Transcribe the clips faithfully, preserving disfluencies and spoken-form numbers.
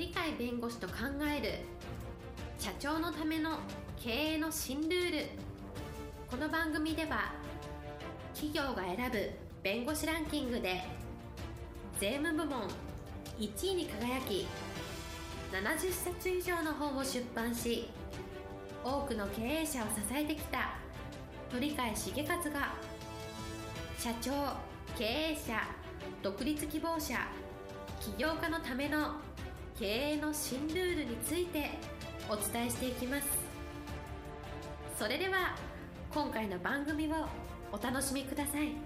鳥飼弁護士と考える社長のための経営の新ルール。この番組では企業が選ぶ弁護士ランキングで税務部門いちいに輝き、ななじゅっさつ以上の本を出版し、多くの経営者を支えてきた鳥飼茂勝が、社長、経営者、独立希望者、起業家のための経営の新ルールについてお伝えしていきます。それでは今回の番組をお楽しみください。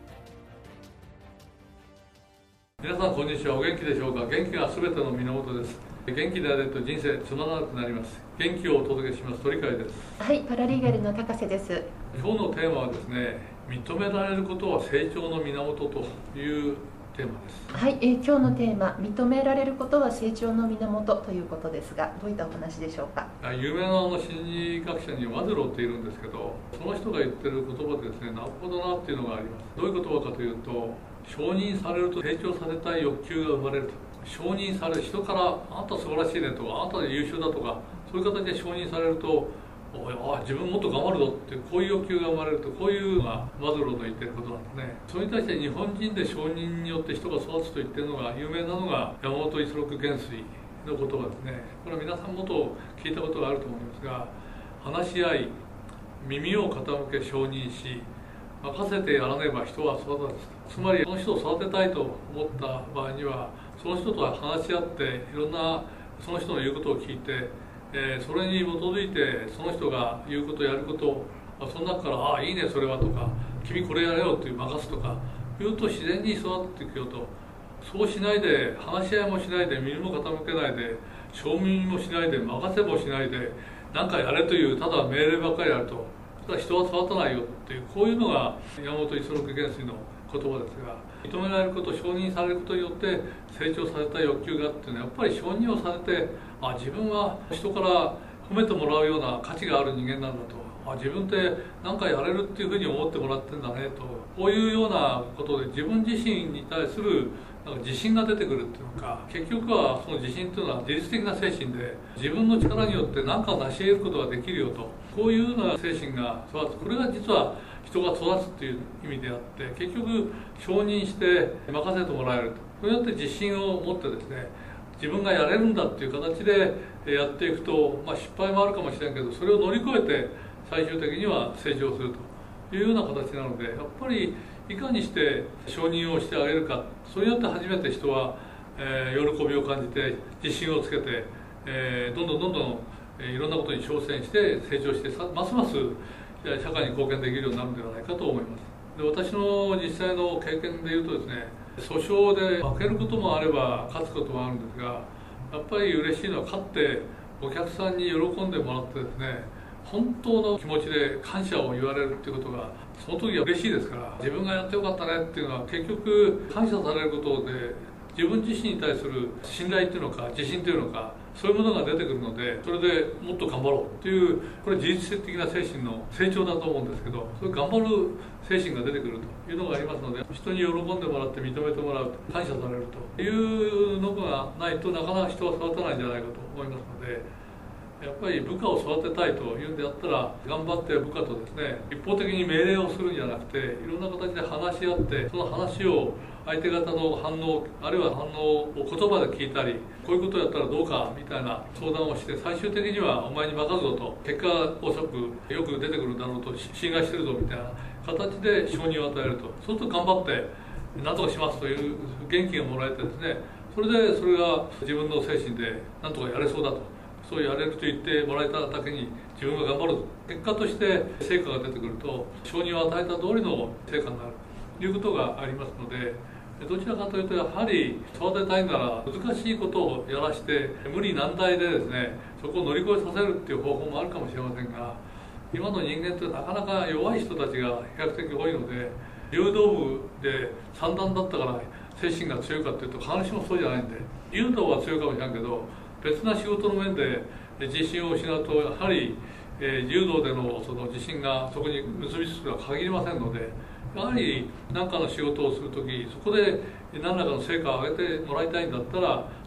皆さんこんにちは。お元気でしょうか。元気がすべての源です。元気であると人生つまらなくなります。元気をお届けします鳥飼です。 はい、パラリーガルの高瀬です。 今日のテーマはですね、認められることは成長の源というテーマです。 はい、えー、今日のテーマ、認められることは成長の源ということですが、どういったお話でしょうか。 有名なあの心理学者にマズローっているんですけど、その人が言ってる言葉でですね、なるほどなっていうのがあります。どういう言葉かというと、承認されると成長されたい欲求が生まれると。承認される、人からあなた素晴らしいねとか、あなた優秀だとか、そういう形で承認されると、あ自分もっと頑張るぞって、こういう欲求が生まれると、こういうのがマズローの言ってることなんですね。それに対して日本人で承認によって人が育つと言ってるのが、有名なのが山本五十六元帥の言葉ですね。これは皆さんもと聞いたことがあると思いますが、話し合い、耳を傾け承認し、任せてやらねば人は育たず。つまりその人を育てたいと思った場合には、その人と話し合っていろんなその人の言うことを聞いて、えー、それに基づいてその人が言うことやることを、その中から「ああいいねそれは」とか「君これやれよ」っていう任すとか言うと自然に育っていくよと。そうしないで話し合いもしないで耳も傾けないで承認もしないで任せもしないで何かやれというただ命令ばっかりやると、ただ人は育たないよっていう、こういうのが山本五十六元帥の言葉ですが、認められること、承認されることによって成長された欲求があってね、やっぱり承認をされて、あ自分は人から褒めてもらうような価値がある人間なんだと、あ自分って何かやれるっていうふうに思ってもらってんだねと、こういうようなことで自分自身に対するなんか自信が出てくるっていうのか、結局はその自信っていうのは自律的な精神で、自分の力によって何かを成し得ることができるよと、こういうような精神が育つ。これが実は人が育つっていう意味であって、結局承認して任せてもらえると、それによって自信を持ってですね、自分がやれるんだっていう形でやっていくと、まあ、失敗もあるかもしれんけど、それを乗り越えて最終的には成長するというような形なので、やっぱりいかにして承認をしてあげるか、それによって初めて人は、えー、喜びを感じて自信をつけて、えー、どんどんどんどん、えー、いろんなことに挑戦して成長して、ますます社会に貢献できるようになるのではないかと思います。で私の実際の経験でいうとですね、訴訟で負けることもあれば勝つこともあるんですが、やっぱり嬉しいのは勝ってお客さんに喜んでもらってですね、本当の気持ちで感謝を言われるっていうことがその時は嬉しいですから、自分がやってよかったねっていうのは結局感謝されることで自分自身に対する信頼っていうのか自信っていうのか、そういうものが出てくるので、それでもっと頑張ろうっていう、これ自律的な精神の成長だと思うんですけど、そういう頑張る精神が出てくるというのがありますので、人に喜んでもらって認めてもらう、感謝されるというのがないとなかなか人は育たないんじゃないかと思いますので、やっぱり部下を育てたいというんであったら、頑張って部下とですね、一方的に命令をするんじゃなくて、いろんな形で話し合って、その話を相手方の反応、あるいは反応を言葉で聞いたり、こういうことをやったらどうかみたいな相談をして、最終的にはお前に任すぞと、結果おそらくよく出てくるだろうと、信頼してるぞみたいな形で承認を与えると、そうすると頑張って何とかしますという元気がもらえてですね、それでそれが自分の精神で何とかやれそうだと、そうやれると言ってもらえただけに自分が頑張る、結果として成果が出てくると、承認を与えた通りの成果になるということがありますので、どちらかというとやはり育てたいなら難しいことをやらして、無理難題でですね、そこを乗り越えさせるっていう方法もあるかもしれませんが、今の人間ってなかなか弱い人たちが比較的多いので、柔道部で三段だったから精神が強いかっていうと必ずしもそうじゃないんで、柔道は強いかもしれないけど、別な仕事の面で自信を失うと、やはり、えー、柔道でのその自信がそこに結びつくとは限りませんので、やはり何かの仕事をするとき、そこで何らかの成果を上げてもらいたいんだったら、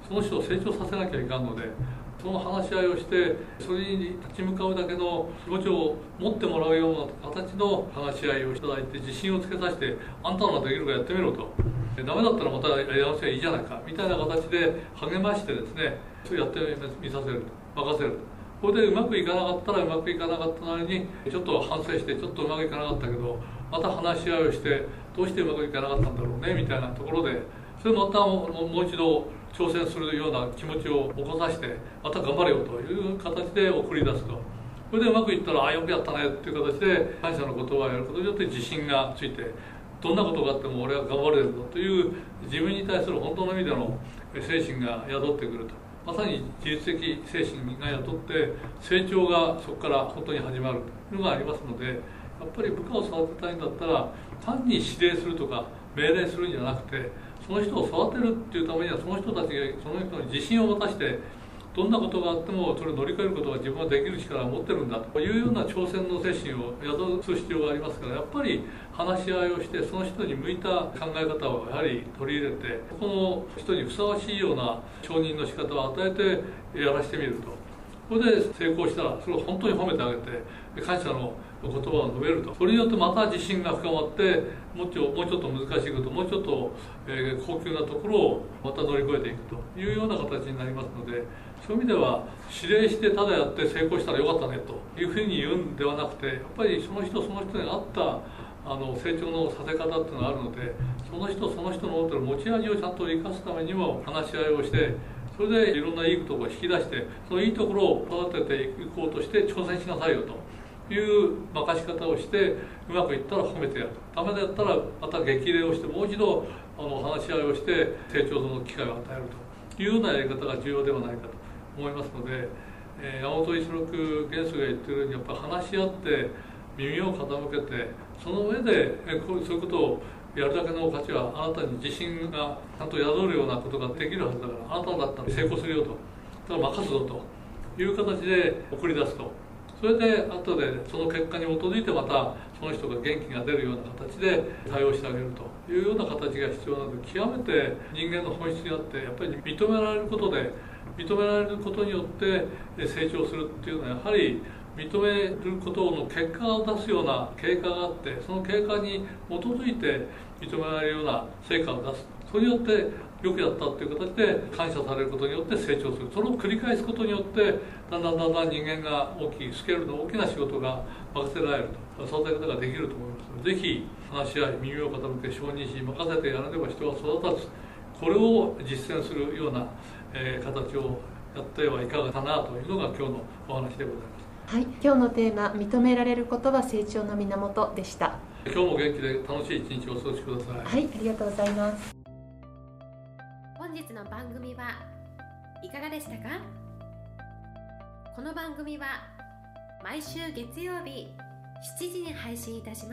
その人を成長させなきゃいかんので、その話し合いをして、それに立ち向かうだけの気持ちを持ってもらうような形の話し合いをいただいて、自信をつけさせて、あんたならできるかやってみろと、ダメだったらまたやり直せばいいじゃないかみたいな形で励ましてですね、それやってみさせる、任せる。これでうまくいかなかったらうまくいかなかったなりに、ちょっと反省して、ちょっとうまくいかなかったけど、また話し合いをして、どうしてうまくいかなかったんだろうねみたいなところで、それまたもう一度挑戦するような気持ちを起こさせて、また頑張れよという形で送り出すと。これでうまくいったら、ああ、よくやったねっていう形で、感謝の言葉をやることによって自信がついて、どんなことがあっても俺は頑張れるぞという、自分に対する本当の意味での精神が宿ってくると。まさに自律的精神が宿って、成長がそこから本当に始まるというのがありますので、やっぱり部下を育てたいんだったら、単に指令するとか命令するんじゃなくて、その人を育てるっていうためには、その人たちがその人に自信を持たせて、どんなことがあってもそれを乗り越えることが自分はできる力を持ってるんだというような挑戦の精神を宿す必要がありますから、やっぱり話し合いをして、その人に向いた考え方をやはり取り入れて、この人にふさわしいような承認の仕方を与えてやらせてみると。これで成功したら、それを本当に褒めてあげて、感謝の言葉を述べると。それによってまた自信が深まって、もうちょもうちょっと難しいこと、もうちょっと、えー、高級なところをまた乗り越えていくというような形になりますので、そういう意味では、指令してただやって成功したらよかったねというふうに言うんではなくて、やっぱりその人その人に合ったあの成長のさせ方っていうのがあるので、その人その人の持ってる持ち味をちゃんと生かすためにも話し合いをして、それでいろんないいところを引き出して、そのいいところを育てていこうとして挑戦しなさいよという任し方をして、うまくいったら褒めてやると。ダメだったらまた激励をして、もう一度あの話し合いをして成長の機会を与えるというようなやり方が重要ではないかと思いますので、えー、山本一六元帥が言ってるように、やっぱり話し合って耳を傾けて、その上で、えー、こうそういうことをやるだけの価値は、あなたに自信がちゃんと宿るようなことができるはずだから、あなただったら成功するよと、だから任すぞという形で送り出すと。それで後でその結果に基づいて、またその人が元気が出るような形で対応してあげるというような形が必要なので、極めて人間の本質にあって、やっぱり認められることで、認められることによって成長するっていうのは、やはり認めることの結果を出すような経過があって、その経過に基づいて認められるような成果を出す。それによってよくやったっていう形で感謝されることによって成長する。それを繰り返すことによって、だんだんだんだん人間が大きい、スケールの大きな仕事が任せられると、育て方ができると思いますので、ぜひ話し合い、耳を傾け、承認し、任せてやらねば人は育たず、これを実践するような、えー、形をやってはいかがかなというのが今日のお話でございます。 はい、今日のテーマ、認められることは成長の源でした。 今日も元気で楽しい一日をお過ごしください。 はい、ありがとうございます。 本日の番組はいかがでしたか？この番組は毎週月曜日しちじに配信いたします。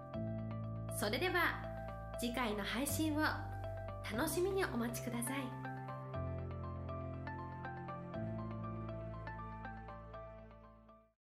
それでは次回の配信を楽しみにお待ちください。